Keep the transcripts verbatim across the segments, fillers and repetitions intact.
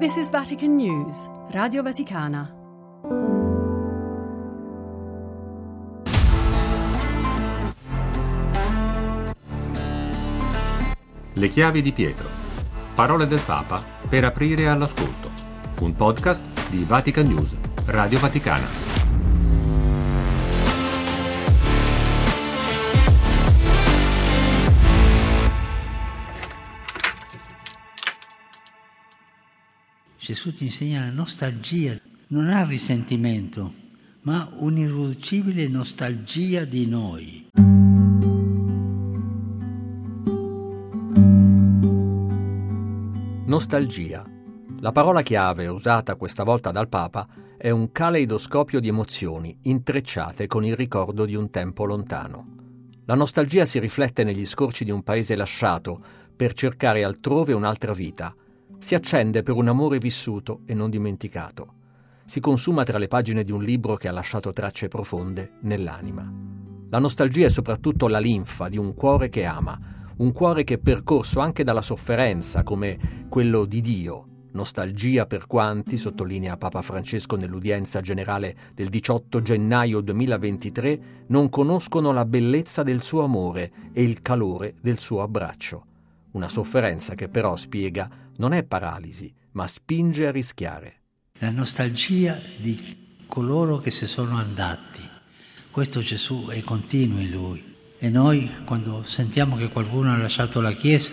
This is Vatican News, Radio Vaticana. Le chiavi di Pietro. Parole del Papa per aprire all'ascolto. Un podcast di Vatican News, Radio Vaticana. Gesù ti insegna la nostalgia, non ha risentimento, ma un'irriducibile nostalgia di noi. Nostalgia. La parola chiave usata questa volta dal Papa è un caleidoscopio di emozioni intrecciate con il ricordo di un tempo lontano. La nostalgia si riflette negli scorci di un paese lasciato per cercare altrove un'altra vita. Si accende per un amore vissuto e non dimenticato. Si consuma tra le pagine di un libro che ha lasciato tracce profonde nell'anima. La nostalgia è soprattutto la linfa di un cuore che ama, un cuore che è percorso anche dalla sofferenza, come quello di Dio. Nostalgia per quanti, sottolinea Papa Francesco nell'udienza generale del diciotto gennaio duemilaventitré, non conoscono la bellezza del suo amore e il calore del suo abbraccio. Una sofferenza che però, spiega, non è paralisi, ma spinge a rischiare. La nostalgia di coloro che se sono andati. Questo Gesù è continuo in Lui. E noi, quando sentiamo che qualcuno ha lasciato la Chiesa,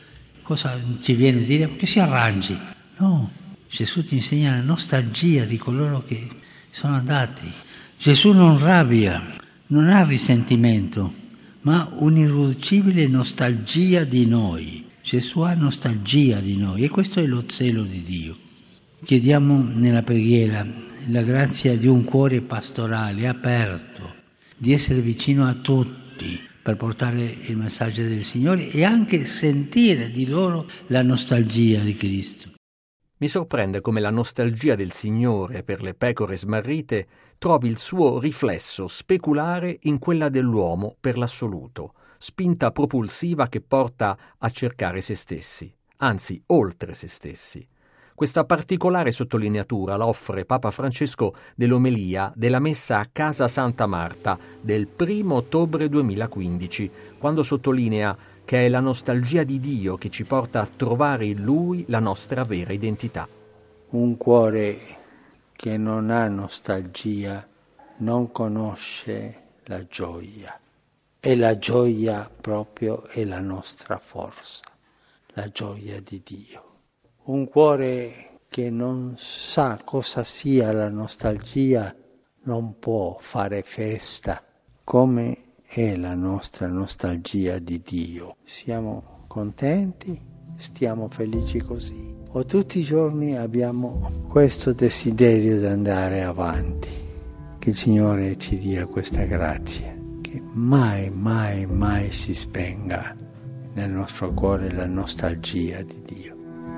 cosa ci viene a dire? Che si arrangi. No, Gesù ti insegna la nostalgia di coloro che sono andati. Gesù non rabbia, non ha risentimento, ma un'irriducibile nostalgia di noi. Gesù ha nostalgia di noi e questo è lo zelo di Dio. Chiediamo nella preghiera la grazia di un cuore pastorale aperto, di essere vicino a tutti per portare il messaggio del Signore e anche sentire di loro la nostalgia di Cristo. Mi sorprende come la nostalgia del Signore per le pecore smarrite trovi il suo riflesso speculare in quella dell'uomo per l'assoluto, spinta propulsiva che porta a cercare se stessi, anzi oltre se stessi. Questa particolare sottolineatura la offre Papa Francesco nell'omelia della messa a Casa Santa Marta del primo ottobre duemilaquindici, quando sottolinea che è la nostalgia di Dio che ci porta a trovare in Lui la nostra vera identità. Un cuore che non ha nostalgia non conosce la gioia. E la gioia proprio è la nostra forza, la gioia di Dio. Un cuore che non sa cosa sia la nostalgia non può fare festa come è la nostra nostalgia di Dio. Siamo contenti, stiamo felici così. O tutti i giorni abbiamo questo desiderio di andare avanti. Che il Signore ci dia questa grazia. Che mai, mai, mai si spenga nel nostro cuore la nostalgia di Dio.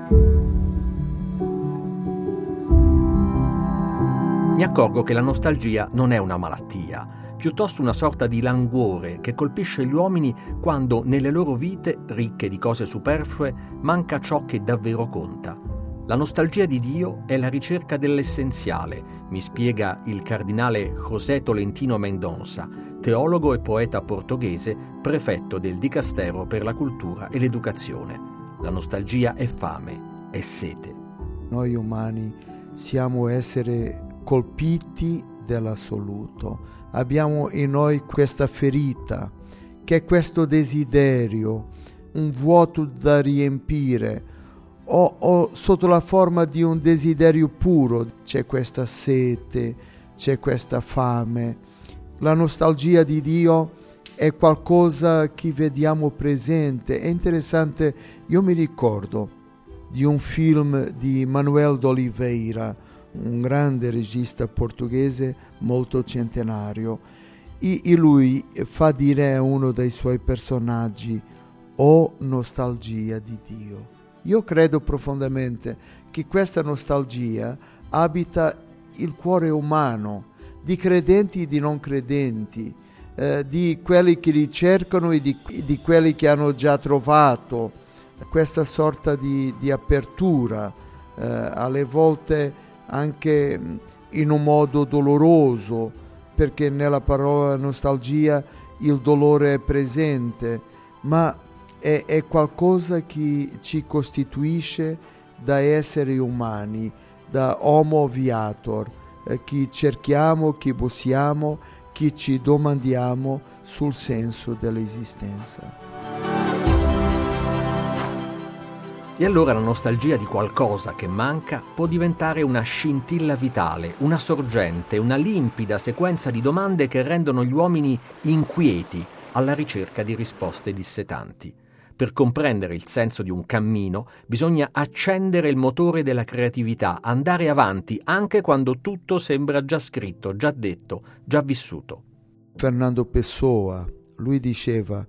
Mi accorgo che la nostalgia non è una malattia, piuttosto una sorta di languore che colpisce gli uomini quando nelle loro vite, ricche di cose superflue, manca ciò che davvero conta. La nostalgia di Dio è la ricerca dell'essenziale, mi spiega il cardinale José Tolentino Mendonça, teologo e poeta portoghese, prefetto del Dicastero per la cultura e l'educazione. La nostalgia è fame, è sete. Noi umani siamo esseri colpiti dall'assoluto. Abbiamo in noi questa ferita, che è questo desiderio, un vuoto da riempire, o, o sotto la forma di un desiderio puro. C'è questa sete, c'è questa fame. La nostalgia di Dio è qualcosa che vediamo presente. È interessante, io mi ricordo di un film di Manuel de Oliveira, un grande regista portoghese molto centenario, e, e lui fa dire a uno dei suoi personaggi: "Oh nostalgia di Dio". Io credo profondamente che questa nostalgia abita il cuore umano, di credenti e di non credenti, eh, di quelli che ricercano e di, di quelli che hanno già trovato questa sorta di, di apertura eh, alle volte anche in un modo doloroso, perché nella parola nostalgia il dolore è presente, ma è, è qualcosa che ci costituisce da esseri umani, da homo viator, eh, che cerchiamo, che possiamo, che ci domandiamo sul senso dell'esistenza. E allora la nostalgia di qualcosa che manca può diventare una scintilla vitale, una sorgente, una limpida sequenza di domande che rendono gli uomini inquieti alla ricerca di risposte dissetanti. Per comprendere il senso di un cammino bisogna accendere il motore della creatività, andare avanti anche quando tutto sembra già scritto, già detto, già vissuto. Fernando Pessoa, lui diceva: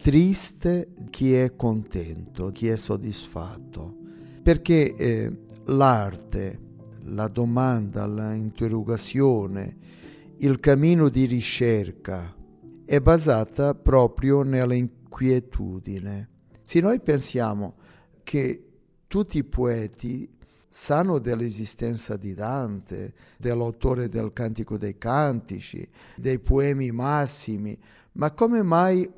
triste chi è contento, chi è soddisfatto, perché eh, l'arte, la domanda, l'interrogazione, il cammino di ricerca è basata proprio nell'inquietudine. Se noi pensiamo che tutti i poeti sanno dell'esistenza di Dante, dell'autore del Cantico dei Cantici, dei poemi massimi, ma come mai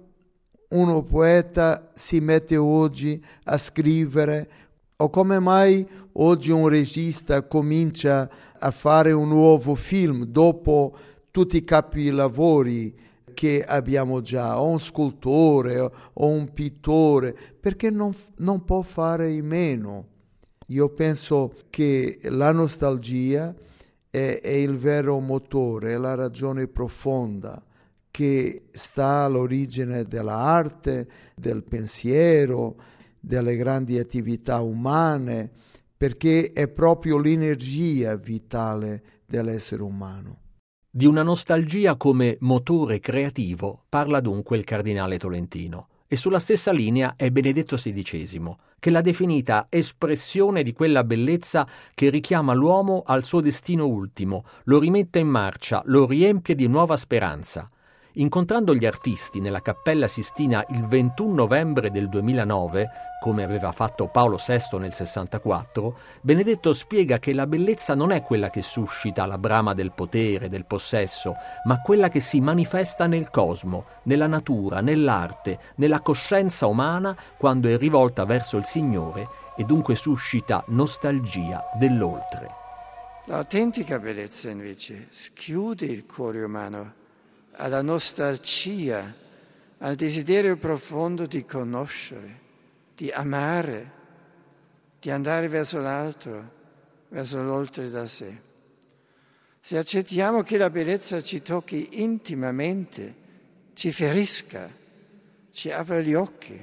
uno poeta si mette oggi a scrivere, o come mai oggi un regista comincia a fare un nuovo film dopo tutti i capolavori che abbiamo già, o un scultore o un pittore, perché non, non può fare in meno. Io penso che la nostalgia è, è il vero motore, è la ragione profonda che sta all'origine dell'arte, del pensiero, delle grandi attività umane, perché è proprio l'energia vitale dell'essere umano. Di una nostalgia come motore creativo parla dunque il cardinale Tolentino, e sulla stessa linea è Benedetto sedicesimo, che l'ha definita espressione di quella bellezza che richiama l'uomo al suo destino ultimo, lo rimette in marcia, lo riempie di nuova speranza. Incontrando gli artisti nella Cappella Sistina il ventuno novembre del duemilanove, come aveva fatto Paolo sesto nel sessantaquattro, Benedetto spiega che la bellezza non è quella che suscita la brama del potere, del possesso, ma quella che si manifesta nel cosmo, nella natura, nell'arte, nella coscienza umana quando è rivolta verso il Signore e dunque suscita nostalgia dell'oltre. L'autentica bellezza invece schiude il cuore umano alla nostalgia, al desiderio profondo di conoscere, di amare, di andare verso l'altro, verso l'oltre da sé. Se accettiamo che la bellezza ci tocchi intimamente, ci ferisca, ci apra gli occhi,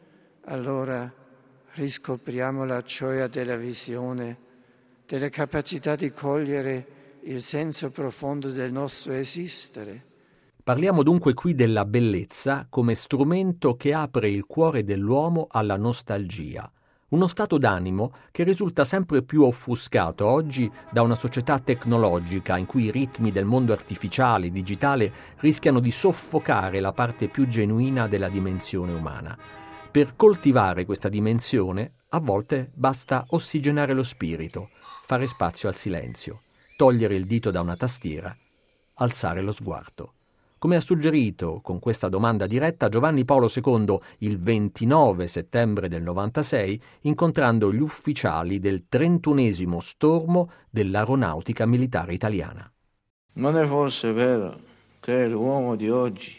allora riscopriamo la gioia della visione, della capacità di cogliere il senso profondo del nostro esistere. Parliamo dunque qui della bellezza come strumento che apre il cuore dell'uomo alla nostalgia, uno stato d'animo che risulta sempre più offuscato oggi da una società tecnologica in cui i ritmi del mondo artificiale e digitale rischiano di soffocare la parte più genuina della dimensione umana. Per coltivare questa dimensione, a volte basta ossigenare lo spirito, fare spazio al silenzio, togliere il dito da una tastiera, alzare lo sguardo. Come ha suggerito con questa domanda diretta Giovanni Paolo secondo il ventinove settembre del novantasei, incontrando gli ufficiali del trentunesimo stormo dell'Aeronautica Militare Italiana. Non è forse vero che l'uomo di oggi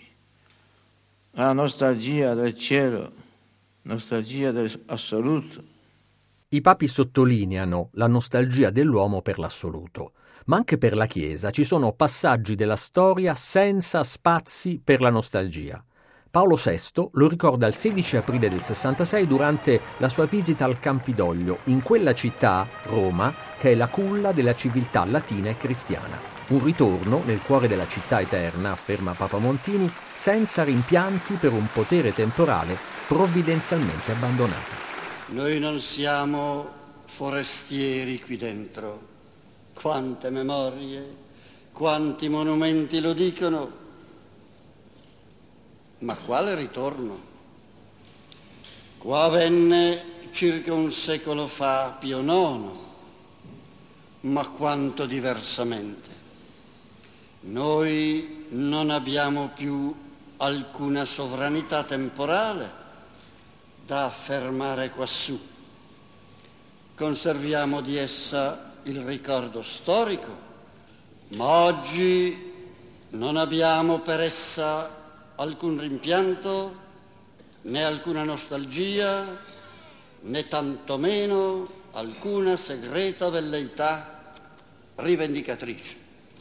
ha nostalgia del cielo, nostalgia dell'assoluto? I papi sottolineano la nostalgia dell'uomo per l'assoluto. Ma anche per la Chiesa ci sono passaggi della storia senza spazi per la nostalgia. Paolo sesto lo ricorda il sedici aprile del sessantasei durante la sua visita al Campidoglio, in quella città, Roma, che è la culla della civiltà latina e cristiana. Un ritorno nel cuore della città eterna, afferma Papa Montini, senza rimpianti per un potere temporale provvidenzialmente abbandonato. Noi non siamo forestieri qui dentro. Quante memorie, quanti monumenti lo dicono, ma quale ritorno? Qua venne circa un secolo fa Pio nono, ma quanto diversamente. Noi non abbiamo più alcuna sovranità temporale da affermare quassù. Conserviamo di essa il ricordo storico, ma oggi non abbiamo per essa alcun rimpianto, né alcuna nostalgia, né tantomeno alcuna segreta velleità rivendicatrice.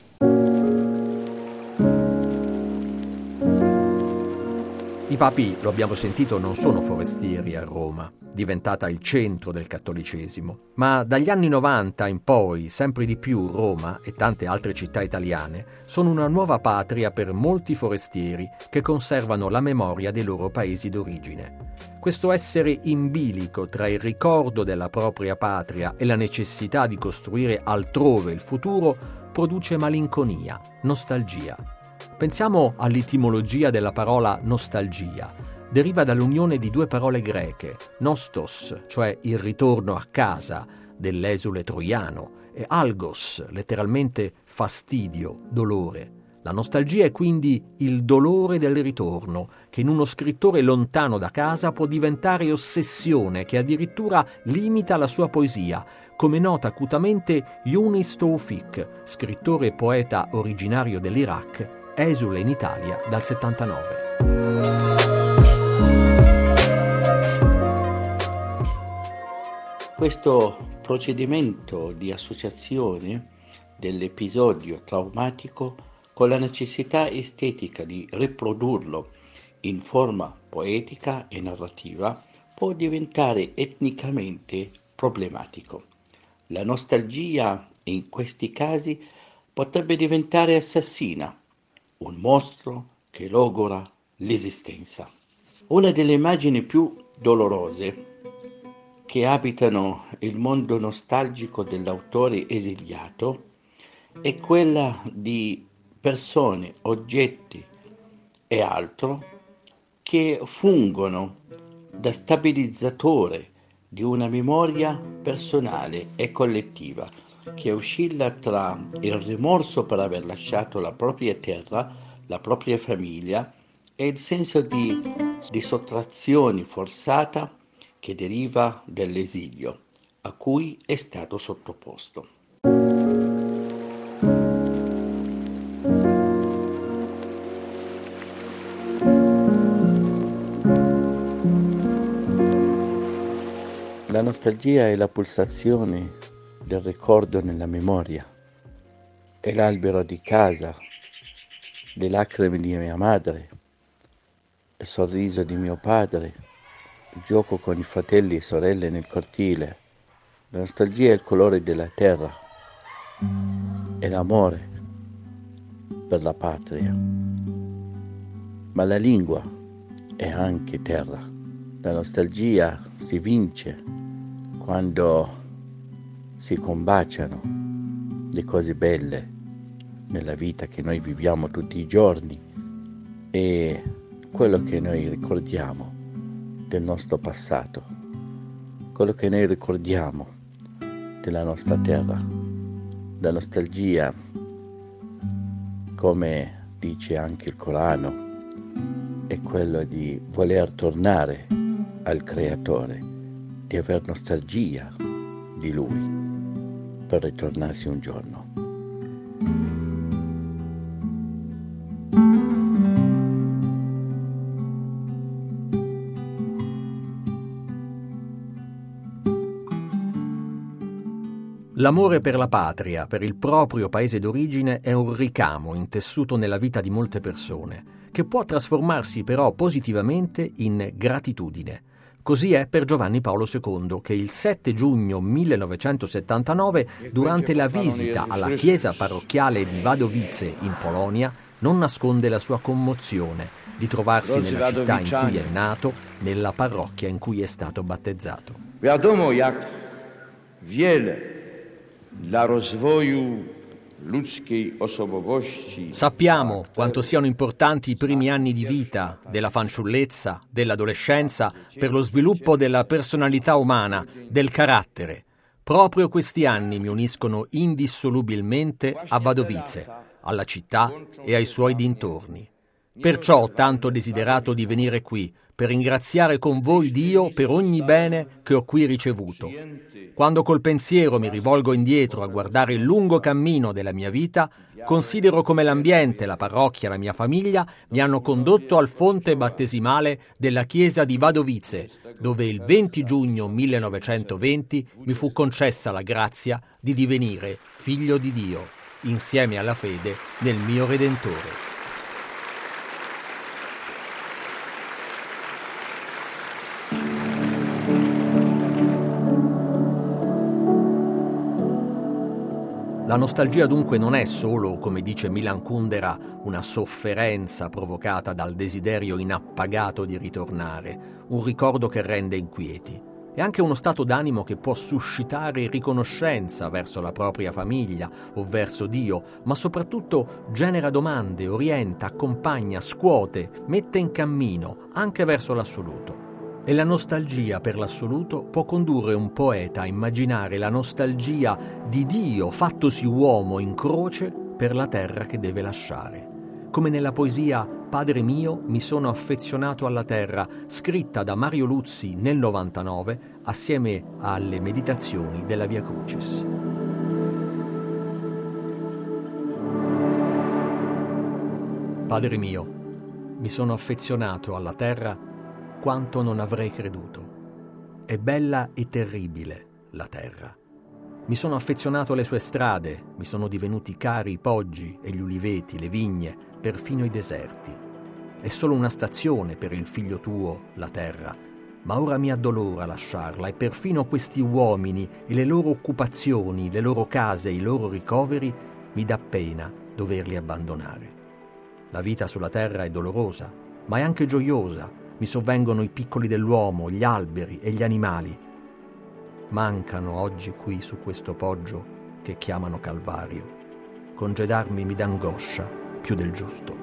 I papi, lo abbiamo sentito, non sono forestieri a Roma, diventata il centro del cattolicesimo, ma dagli anni novanta in poi, sempre di più Roma e tante altre città italiane sono una nuova patria per molti forestieri che conservano la memoria dei loro paesi d'origine. Questo essere in bilico tra il ricordo della propria patria e la necessità di costruire altrove il futuro produce malinconia, nostalgia. Pensiamo all'etimologia della parola nostalgia. Deriva dall'unione di due parole greche, nostos, cioè il ritorno a casa dell'esule troiano, e algos, letteralmente fastidio, dolore. La nostalgia è quindi il dolore del ritorno, che in uno scrittore lontano da casa può diventare ossessione che addirittura limita la sua poesia, come nota acutamente Yunis Tawfik, scrittore e poeta originario dell'Iraq, esule in Italia dal settantanove. Questo procedimento di associazione dell'episodio traumatico con la necessità estetica di riprodurlo in forma poetica e narrativa può diventare etnicamente problematico. La nostalgia in questi casi potrebbe diventare assassina, un mostro che logora l'esistenza. Una delle immagini più dolorose che abitano il mondo nostalgico dell'autore esiliato è quella di persone, oggetti e altro che fungono da stabilizzatore di una memoria personale e collettiva che oscilla tra il rimorso per aver lasciato la propria terra, la propria famiglia e il senso di, di sottrazione forzata che deriva dall'esilio a cui è stato sottoposto. La nostalgia è la pulsazione del ricordo nella memoria, è l'albero di casa, le lacrime di mia madre, il sorriso di mio padre, il gioco con i fratelli e sorelle nel cortile. La nostalgia è il colore della terra, è l'amore per la patria, ma la lingua è anche terra. La nostalgia si vince quando si combaciano le cose belle nella vita che noi viviamo tutti i giorni e quello che noi ricordiamo del nostro passato, quello che noi ricordiamo della nostra terra. La nostalgia, come dice anche il Corano, è quello di voler tornare al Creatore, di aver nostalgia di Lui per ritornarsi un giorno. L'amore per la patria, per il proprio paese d'origine, è un ricamo intessuto nella vita di molte persone, che può trasformarsi però positivamente in gratitudine. Così è per Giovanni Paolo secondo, che il sette giugno millenovecentosettantanove, durante la visita alla chiesa parrocchiale di Wadowice in Polonia, non nasconde la sua commozione di trovarsi nella città in cui è nato, nella parrocchia in cui è stato battezzato. Wiadomo, jak wiele dla rozwoju ludzkiej osobowości. Sappiamo quanto siano importanti i primi anni di vita, della fanciullezza, dell'adolescenza, per lo sviluppo della personalità umana, del carattere. Proprio questi anni mi uniscono indissolubilmente a Wadowice, alla città e ai suoi dintorni. Perciò ho tanto desiderato di venire qui, per ringraziare con voi Dio per ogni bene che ho qui ricevuto. Quando col pensiero mi rivolgo indietro a guardare il lungo cammino della mia vita, considero come l'ambiente, la parrocchia, la mia famiglia mi hanno condotto al fonte battesimale della chiesa di Wadowice, dove il venti giugno millenovecentoventi mi fu concessa la grazia di divenire figlio di Dio, insieme alla fede nel mio Redentore. La nostalgia dunque non è solo, come dice Milan Kundera, una sofferenza provocata dal desiderio inappagato di ritornare, un ricordo che rende inquieti. È anche uno stato d'animo che può suscitare riconoscenza verso la propria famiglia o verso Dio, ma soprattutto genera domande, orienta, accompagna, scuote, mette in cammino, anche verso l'assoluto. E la nostalgia per l'assoluto può condurre un poeta a immaginare la nostalgia di Dio fattosi uomo in croce per la terra che deve lasciare. Come nella poesia Padre mio, mi sono affezionato alla terra, scritta da Mario Luzzi nel novantanove assieme alle meditazioni della Via Crucis. Padre mio, mi sono affezionato alla terra quanto non avrei creduto. È bella e terribile la terra. Mi sono affezionato alle sue strade, mi sono divenuti cari i poggi e gli uliveti, le vigne, perfino i deserti. È solo una stazione per il figlio tuo, la terra, ma ora mi addolora lasciarla e perfino questi uomini e le loro occupazioni, le loro case, i loro ricoveri, mi dà pena doverli abbandonare. La vita sulla terra è dolorosa, ma è anche gioiosa. Mi sovvengono i piccoli dell'uomo, gli alberi e gli animali. Mancano oggi qui su questo poggio che chiamano Calvario. Congedarmi mi dà angoscia più del giusto.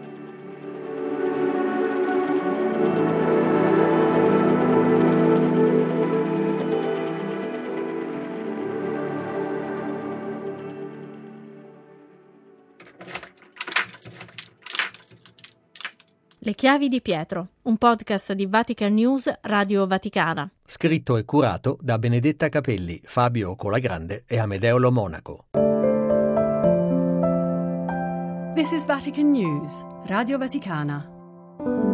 Le chiavi di Pietro, un podcast di Vatican News Radio Vaticana. Scritto e curato da Benedetta Capelli, Fabio Colagrande e Amedeo Lo Monaco. This is Vatican News, Radio Vaticana.